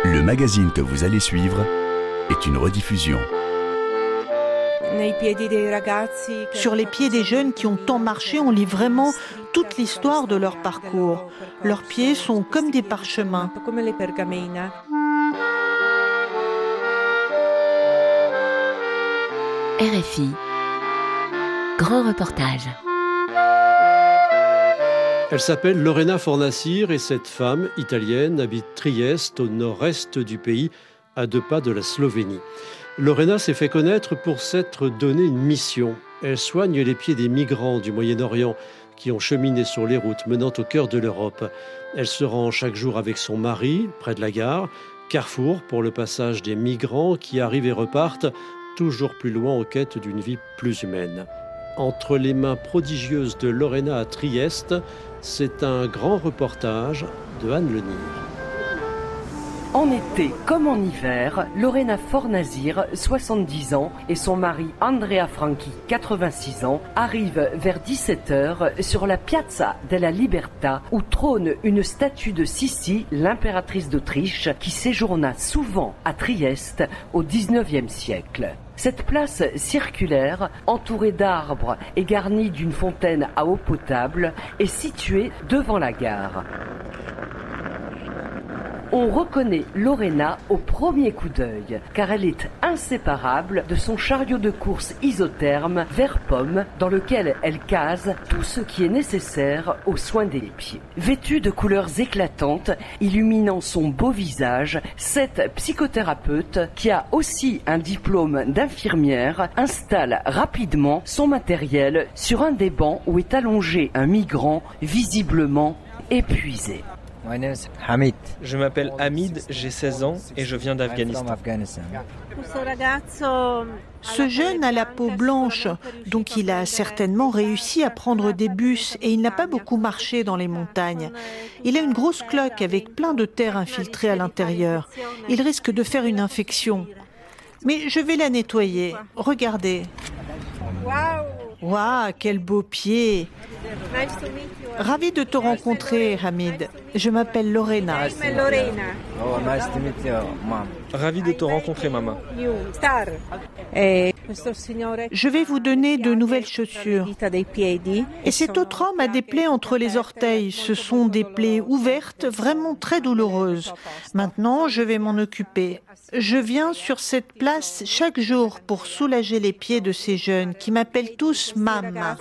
Le magazine que vous allez suivre est une rediffusion. Sur les pieds des jeunes qui ont tant marché, on lit vraiment toute l'histoire de leur parcours. Leurs pieds sont comme des parchemins. RFI, grand reportage. Elle s'appelle Lorena Fornaciire et cette femme italienne habite Trieste, au nord-est du pays, à 2 pas de la Slovénie. Lorena s'est fait connaître pour s'être donné une mission. Elle soigne les pieds des migrants du Moyen-Orient qui ont cheminé sur les routes menant au cœur de l'Europe. Elle se rend chaque jour avec son mari, près de la gare, carrefour pour le passage des migrants qui arrivent et repartent, toujours plus loin en quête d'une vie plus humaine. Entre les mains prodigieuses de Lorena à Trieste, c'est un grand reportage de Anne Lenire. En été comme en hiver, Lorena Fornaciire, 70 ans, et son mari Andrea Franchi, 86 ans, arrivent vers 17h sur la Piazza della Libertà où trône une statue de Sissi, l'impératrice d'Autriche, qui séjourna souvent à Trieste au XIXe siècle. Cette place circulaire, entourée d'arbres et garnie d'une fontaine à eau potable, est située devant la gare. On reconnaît Lorena au premier coup d'œil, car elle est inséparable de son chariot de course isotherme vert pomme, dans lequel elle case tout ce qui est nécessaire aux soins des pieds. Vêtue de couleurs éclatantes, illuminant son beau visage, cette psychothérapeute, qui a aussi un diplôme d'infirmière, installe rapidement son matériel sur un des bancs où est allongé un migrant visiblement épuisé. Je m'appelle Hamid, j'ai 16 ans et je viens d'Afghanistan. Ce jeune a la peau blanche, donc il a certainement réussi à prendre des bus et il n'a pas beaucoup marché dans les montagnes. Il a une grosse cloque avec plein de terre infiltrée à l'intérieur. Il risque de faire une infection. Mais je vais la nettoyer. Regardez. Waouh, quel beau pied! Ravi de te rencontrer, Hamid. Je m'appelle Lorena. Ravi de te rencontrer, maman. Je vais vous donner de nouvelles chaussures. Et cet autre homme a des plaies entre les orteils. Ce sont des plaies ouvertes, vraiment très douloureuses. Maintenant, je vais m'en occuper. Je viens sur cette place chaque jour pour soulager les pieds de ces jeunes qui m'appellent tous Mamma.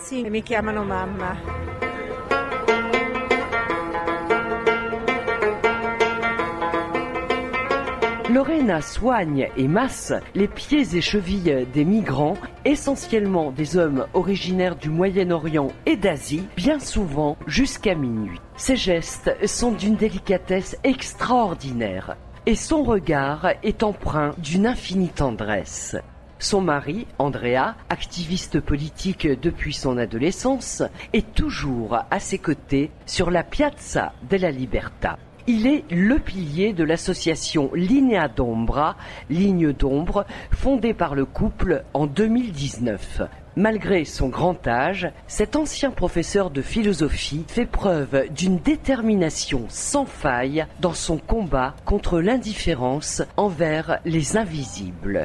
Lorena soigne et masse les pieds et chevilles des migrants, essentiellement des hommes originaires du Moyen-Orient et d'Asie, bien souvent jusqu'à minuit. Ces gestes sont d'une délicatesse extraordinaire et son regard est empreint d'une infinie tendresse. Son mari, Andrea, activiste politique depuis son adolescence, est toujours à ses côtés sur la Piazza della Libertà. Il est le pilier de l'association Linea d'Ombra, Ligne d'ombre, fondée par le couple en 2019. Malgré son grand âge, cet ancien professeur de philosophie fait preuve d'une détermination sans faille dans son combat contre l'indifférence envers les invisibles.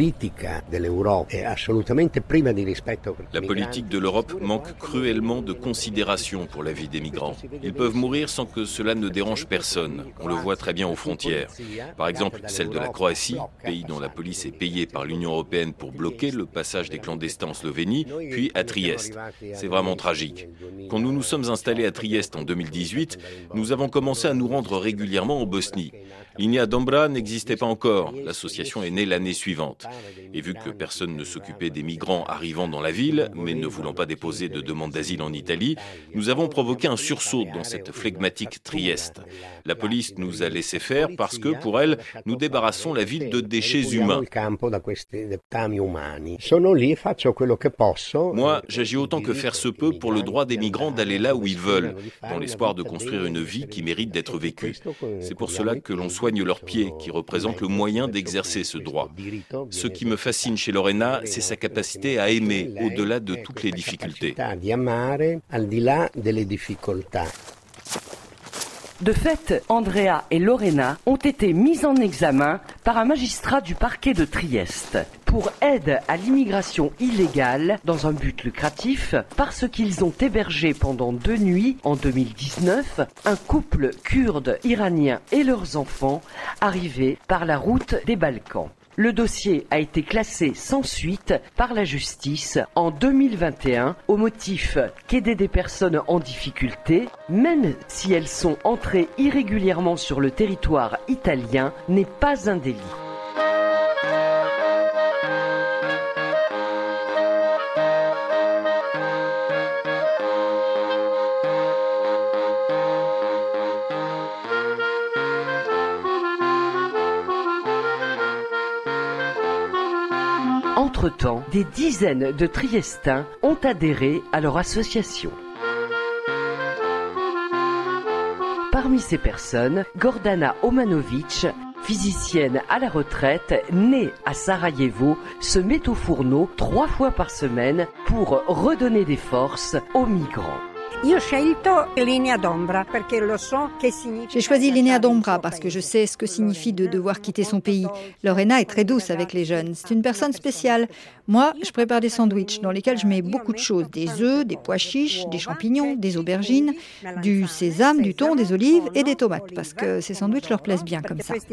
La politique de l'Europe manque cruellement de considération pour la vie des migrants. Ils peuvent mourir sans que cela ne dérange personne. On le voit très bien aux frontières. Par exemple, celle de la Croatie, pays dont la police est payée par l'Union européenne pour bloquer le passage des clandestins en Slovénie, puis à Trieste. C'est vraiment tragique. Quand nous nous sommes installés à Trieste en 2018, nous avons commencé à nous rendre régulièrement en Bosnie. Linea d'Ombra n'existait pas encore. L'association est née l'année suivante. Et vu que personne ne s'occupait des migrants arrivant dans la ville, mais ne voulant pas déposer de demande d'asile en Italie, nous avons provoqué un sursaut dans cette flegmatique Trieste. La police nous a laissé faire parce que, pour elle, nous débarrassons la ville de déchets humains. Moi, j'agis autant que faire se peut pour le droit des migrants d'aller là où ils veulent, dans l'espoir de construire une vie qui mérite d'être vécue. C'est pour cela que l'on soigne leurs pieds, qui représentent le moyen d'exercer ce droit. Ce qui me fascine chez Lorena, c'est sa capacité à aimer au-delà de toutes les difficultés. De fait, Andrea et Lorena ont été mises en examen par un magistrat du parquet de Trieste pour aide à l'immigration illégale dans un but lucratif parce qu'ils ont hébergé pendant 2 nuits en 2019 un couple kurde iranien et leurs enfants arrivés par la route des Balkans. Le dossier a été classé sans suite par la justice en 2021 au motif qu'aider des personnes en difficulté, même si elles sont entrées irrégulièrement sur le territoire italien, n'est pas un délit. Entre-temps, des dizaines de Triestins ont adhéré à leur association. Parmi ces personnes, Gordana Omanovic, physicienne à la retraite, née à Sarajevo, se met au fourneau 3 fois par semaine pour redonner des forces aux migrants. J'ai choisi Linea d'Ombra parce que je sais ce que signifie de devoir quitter son pays. Lorena est très douce avec les jeunes. C'est une personne spéciale. Moi, je prépare des sandwichs dans lesquels je mets beaucoup de choses. Des œufs, des pois chiches, des champignons, des aubergines, du sésame, du thon, des olives et des tomates parce que ces sandwichs leur plaisent bien comme ça.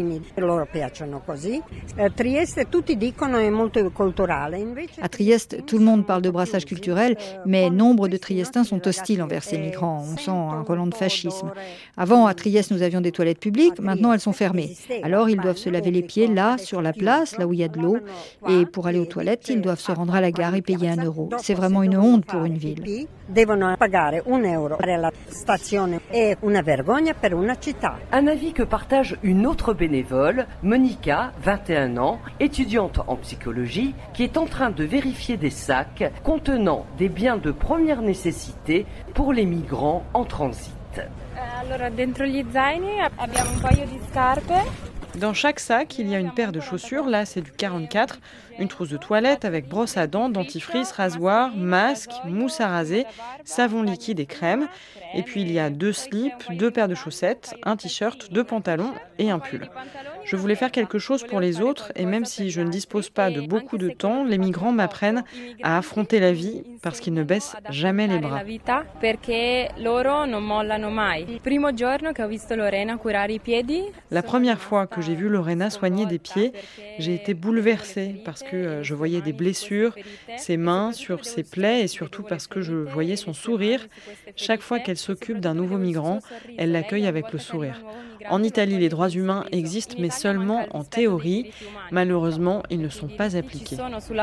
À Trieste, tout le monde parle de brassage culturel, mais nombre de Triestins sont hostiles envers ces migrants. On sent un relent de fascisme. Avant, à Trieste, nous avions des toilettes publiques. Maintenant, elles sont fermées. Alors, ils doivent se laver les pieds là, sur la place, là où il y a de l'eau. Et pour aller aux toilettes, ils doivent se rendre à la gare et payer 1 euro. C'est vraiment une honte pour une ville. Un avis que partage une autre bénévole, Monica, 21 ans, étudiante en psychologie, qui est en train de vérifier des sacs contenant des biens de première nécessité pour les migrants en transit. Dans chaque sac, il y a une paire de chaussures, là c'est du 44, une trousse de toilette avec brosse à dents, dentifrice, rasoir, masque, mousse à raser, savon liquide et crème. Et puis il y a 2 slips, 2 paires de chaussettes, un t-shirt, 2 pantalons et un pull. Je voulais faire quelque chose pour les autres et même si je ne dispose pas de beaucoup de temps, les migrants m'apprennent à affronter la vie parce qu'ils ne baissent jamais les bras. La première fois que j'ai vu Lorena soigner des pieds, j'ai été bouleversée parce que je voyais des blessures, ses mains sur ses plaies et surtout parce que je voyais son sourire. Chaque fois qu'elle s'occupe d'un nouveau migrant, elle l'accueille avec le sourire. En Italie, les droits humains existent, mais seulement en théorie. Malheureusement, ils ne sont pas appliqués.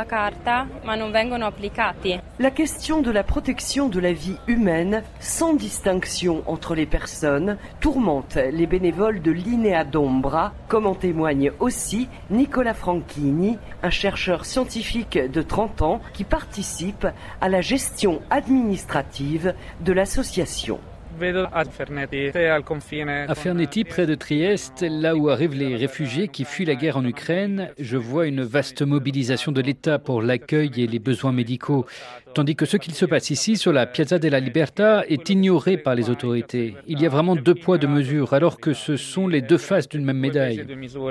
La question de la protection de la vie humaine, sans distinction entre les personnes, tourmente les bénévoles de Linea d'Ombra, comme en témoigne aussi Nicola Franchini, un chercheur scientifique de 30 ans qui participe à la gestion administrative de l'association. À Ferneti, près de Trieste, là où arrivent les réfugiés qui fuient la guerre en Ukraine, je vois une vaste mobilisation de l'État pour l'accueil et les besoins médicaux, tandis que ce qu'il se passe ici, sur la Piazza della Libertà, est ignoré par les autorités. Il y a vraiment 2 poids, 2 mesures, alors que ce sont les 2 faces d'une même médaille.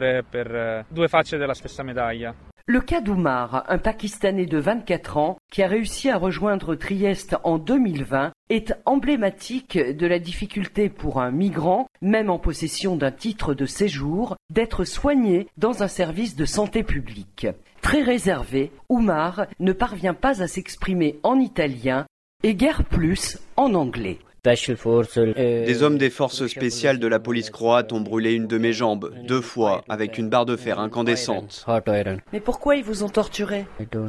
Le cas d'Oumar, un Pakistanais de 24 ans qui a réussi à rejoindre Trieste en 2020, est emblématique de la difficulté pour un migrant, même en possession d'un titre de séjour, d'être soigné dans un service de santé publique. Très réservé, Oumar ne parvient pas à s'exprimer en italien et guère plus en anglais. Des hommes des forces spéciales de la police croate ont brûlé une de mes jambes, 2 fois, avec une barre de fer incandescente. Mais pourquoi ils vous ont torturé ?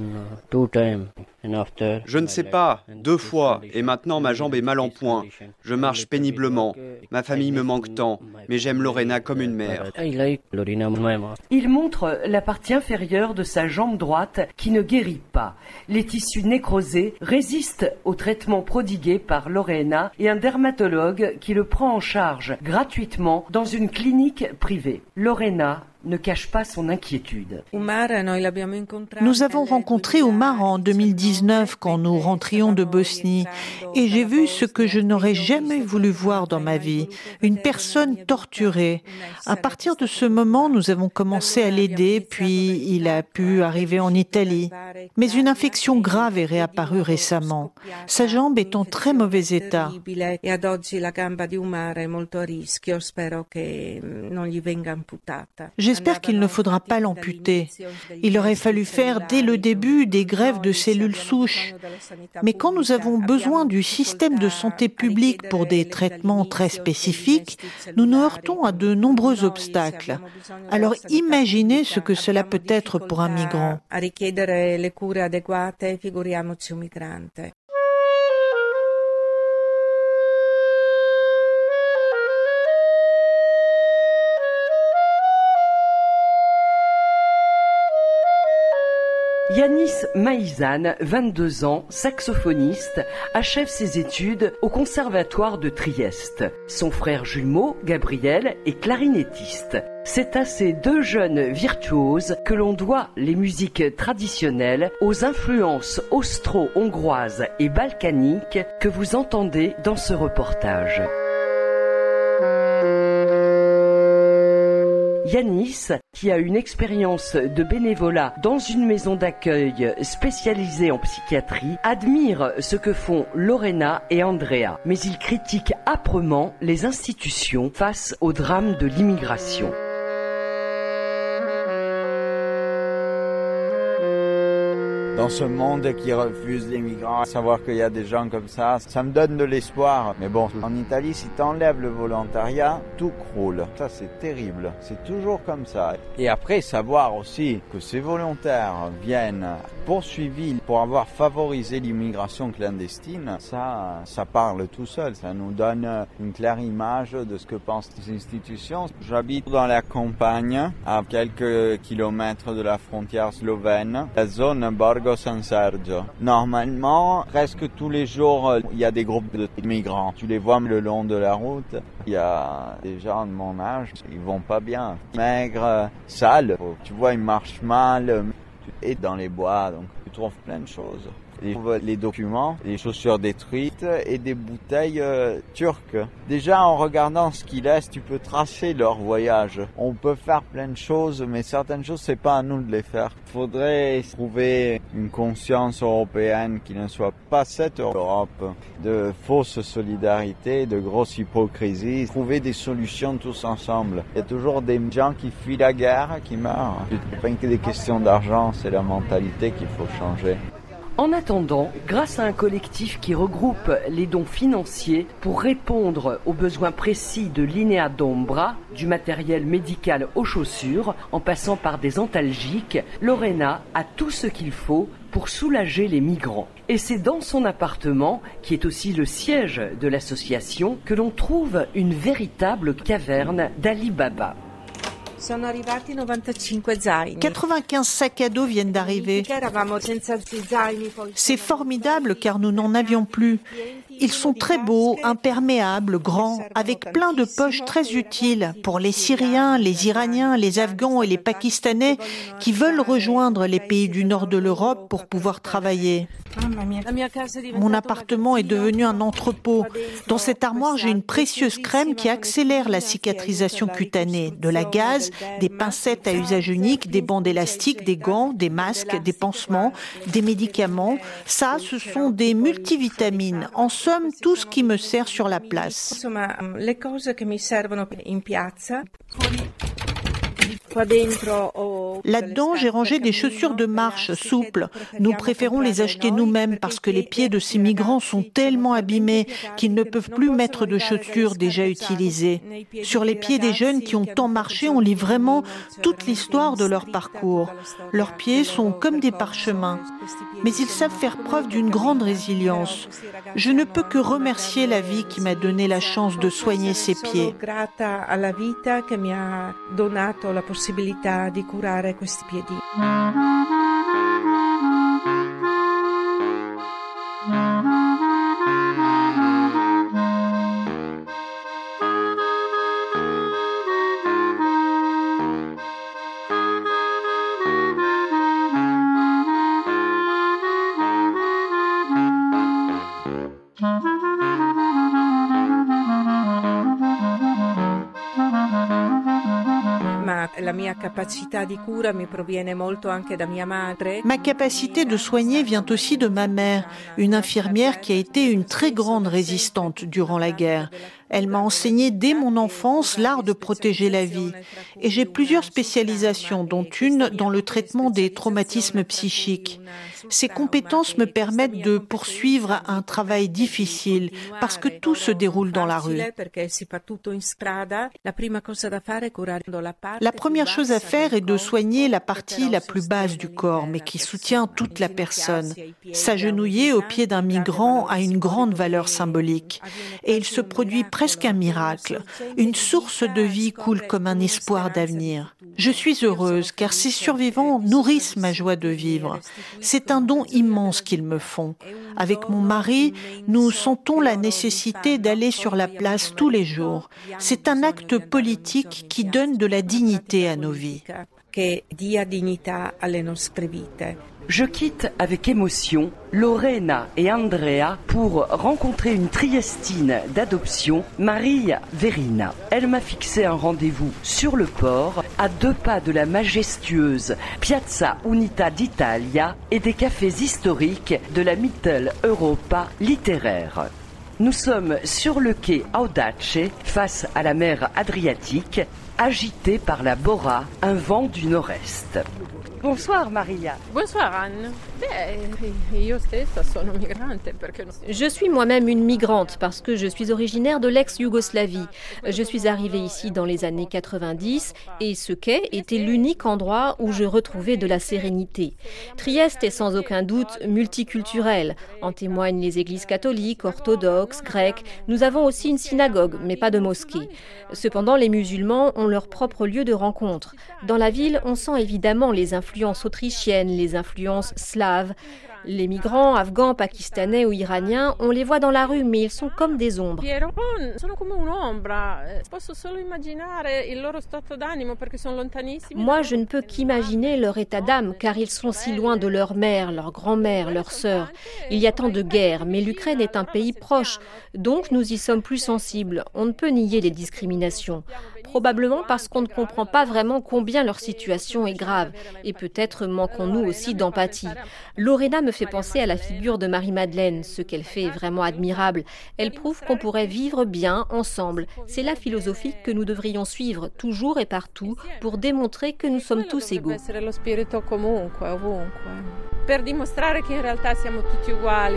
Je ne sais pas, 2 fois, et maintenant ma jambe est mal en point. Je marche péniblement, ma famille me manque tant, mais j'aime Lorena comme une mère. Il montre la partie inférieure de sa jambe droite qui ne guérit pas. Les tissus nécrosés résistent au traitement prodigué par Lorena et un dermatologue qui le prend en charge gratuitement dans une clinique privée. Lorena ne cache pas son inquiétude. Nous avons rencontré Oumar en 2019 quand nous rentrions de Bosnie et j'ai vu ce que je n'aurais jamais voulu voir dans ma vie, une personne torturée. À partir de ce moment, nous avons commencé à l'aider, puis il a pu arriver en Italie. Mais une infection grave est réapparue récemment. Sa jambe est en très mauvais état. J'espère qu'il ne faudra pas l'amputer. Il aurait fallu faire dès le début des greffes de cellules souches. Mais quand nous avons besoin du système de santé publique pour des traitements très spécifiques, nous nous heurtons à de nombreux obstacles. Alors imaginez ce que cela peut être pour un migrant. Yanis Maïzan, 22 ans, saxophoniste, achève ses études au Conservatoire de Trieste. Son frère jumeau, Gabriel, est clarinettiste. C'est à ces deux jeunes virtuoses que l'on doit les musiques traditionnelles aux influences austro-hongroises et balkaniques que vous entendez dans ce reportage. Yanis, qui a une expérience de bénévolat dans une maison d'accueil spécialisée en psychiatrie, admire ce que font Lorena et Andrea, mais il critique âprement les institutions face au drame de l'immigration. Dans ce monde qui refuse les migrants, savoir qu'il y a des gens comme ça me donne de l'espoir. Mais bon, en Italie, si t'enlèves le volontariat, tout croule. Ça, c'est terrible. C'est toujours comme ça. Et après, savoir aussi que ces volontaires viennent poursuivis pour avoir favorisé l'immigration clandestine, ça parle tout seul. Ça nous donne une claire image de ce que pensent les institutions. J'habite dans la campagne, à quelques kilomètres de la frontière slovène, la zone Borgo San Sergio. Normalement, presque tous les jours, il y a des groupes de migrants. Tu les vois le long de la route. Il y a des gens de mon âge, ils vont pas bien. Maigres, sales. Tu vois, ils marchent mal. Et dans les bois, donc tu trouves plein de choses. Les documents, les chaussures détruites et des bouteilles turques. Déjà, en regardant ce qu'ils laissent, tu peux tracer leur voyage. On peut faire plein de choses, mais certaines choses, c'est pas à nous de les faire. Il faudrait trouver une conscience européenne qui ne soit pas cette Europe de fausse solidarité, de grosse hypocrisie. Trouver des solutions tous ensemble. Il y a toujours des gens qui fuient la guerre, qui meurent. C'est pas que des questions d'argent, c'est la mentalité qu'il faut changer. En attendant, grâce à un collectif qui regroupe les dons financiers pour répondre aux besoins précis de Linea d'Ombra, du matériel médical aux chaussures, en passant par des antalgiques, Lorena a tout ce qu'il faut pour soulager les migrants. Et c'est dans son appartement, qui est aussi le siège de l'association, que l'on trouve une véritable caverne d'Ali Baba. 95 sacs à dos viennent d'arriver. C'est formidable car nous n'en avions plus. Ils sont très beaux, imperméables, grands, avec plein de poches très utiles pour les Syriens, les Iraniens, les Afghans et les Pakistanais qui veulent rejoindre les pays du nord de l'Europe pour pouvoir travailler. Mon appartement est devenu un entrepôt. Dans cette armoire, j'ai une précieuse crème qui accélère la cicatrisation cutanée, de la gaze, des pincettes à usage unique, des bandes élastiques, des gants, des masques, des pansements, des médicaments. Ça, ce sont des multivitamines. En somme, tout ce qui me sert sur la place. Là-dedans, j'ai rangé des chaussures de marche souples. Nous préférons les acheter nous-mêmes parce que les pieds de ces migrants sont tellement abîmés qu'ils ne peuvent plus mettre de chaussures déjà utilisées. Sur les pieds des jeunes qui ont tant marché, on lit vraiment toute l'histoire de leur parcours. Leurs pieds sont comme des parchemins, mais ils savent faire preuve d'une grande résilience. Je ne peux que remercier la vie qui m'a donné la chance de soigner ces pieds. La possibilità di curare questi piedi. Ma capacité de soigner vient aussi de ma mère, une infirmière qui a été une très grande résistante durant la guerre. Elle m'a enseigné dès mon enfance l'art de protéger la vie. Et j'ai plusieurs spécialisations, dont une dans le traitement des traumatismes psychiques. Ces compétences me permettent de poursuivre un travail difficile, parce que tout se déroule dans la rue. La première chose à faire est de soigner la partie la plus basse du corps, mais qui soutient toute la personne. S'agenouiller au pied d'un migrant a une grande valeur symbolique. Et il se produit presque un miracle. Une source de vie coule comme un espoir d'avenir. Je suis heureuse car ces survivants nourrissent ma joie de vivre. C'est un don immense qu'ils me font. Avec mon mari, nous sentons la nécessité d'aller sur la place tous les jours. C'est un acte politique qui donne de la dignité à nos vies. Je quitte avec émotion Lorena et Andrea pour rencontrer une Triestine d'adoption, Maria Verina. Elle m'a fixé un rendez-vous sur le port, à 2 pas de la majestueuse Piazza Unità d'Italia et des cafés historiques de la Mittel Europa littéraire. Nous sommes sur le quai Audace, face à la mer Adriatique, agitée par la Bora, un vent du nord-est. Bonsoir Maria. Bonsoir Anne. Je suis moi-même une migrante parce que je suis originaire de l'ex-Yougoslavie. Je suis arrivée ici dans les années 90 et ce quai était l'unique endroit où je retrouvais de la sérénité. Trieste est sans aucun doute multiculturel. En témoignent les églises catholiques, orthodoxes, grecques. Nous avons aussi une synagogue, mais pas de mosquée. Cependant, les musulmans ont leur propre lieu de rencontre. Dans la ville, on sent évidemment les influences autrichiennes, les influences slaves. Les migrants afghans, pakistanais ou iraniens, on les voit dans la rue, mais ils sont comme des ombres. Moi, je ne peux qu'imaginer leur état d'âme, car ils sont si loin de leur mère, leur grand-mère, leur sœur. Il y a tant de guerres, mais l'Ukraine est un pays proche, donc nous y sommes plus sensibles. On ne peut nier les discriminations. Probablement parce qu'on ne comprend pas vraiment combien leur situation est grave, et peut-être manquons-nous aussi d'empathie. Lorena me fait penser à la figure de Marie-Madeleine. Ce qu'elle fait est vraiment admirable. Elle prouve qu'on pourrait vivre bien ensemble. C'est la philosophie que nous devrions suivre toujours et partout pour démontrer que nous sommes tous égaux. Per dimostrare che in realtà siamo tutti uguali.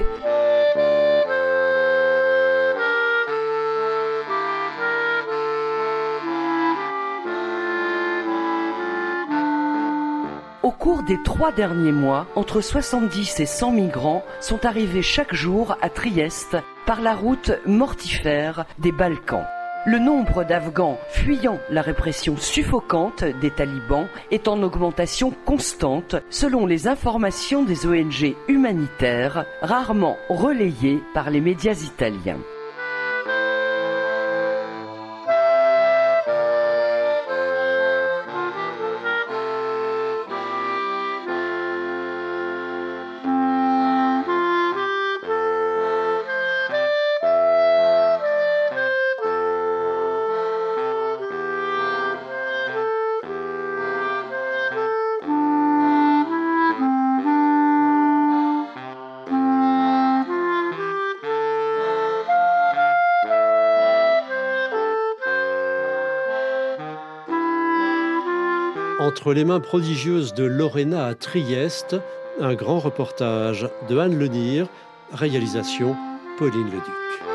Au cours des 3 derniers mois, entre 70 et 100 migrants sont arrivés chaque jour à Trieste par la route mortifère des Balkans. Le nombre d'Afghans fuyant la répression suffocante des talibans est en augmentation constante selon les informations des ONG humanitaires, rarement relayées par les médias italiens. Entre les mains prodigieuses de Lorena à Trieste, un grand reportage de Anne Lenire, réalisation Pauline Leduc.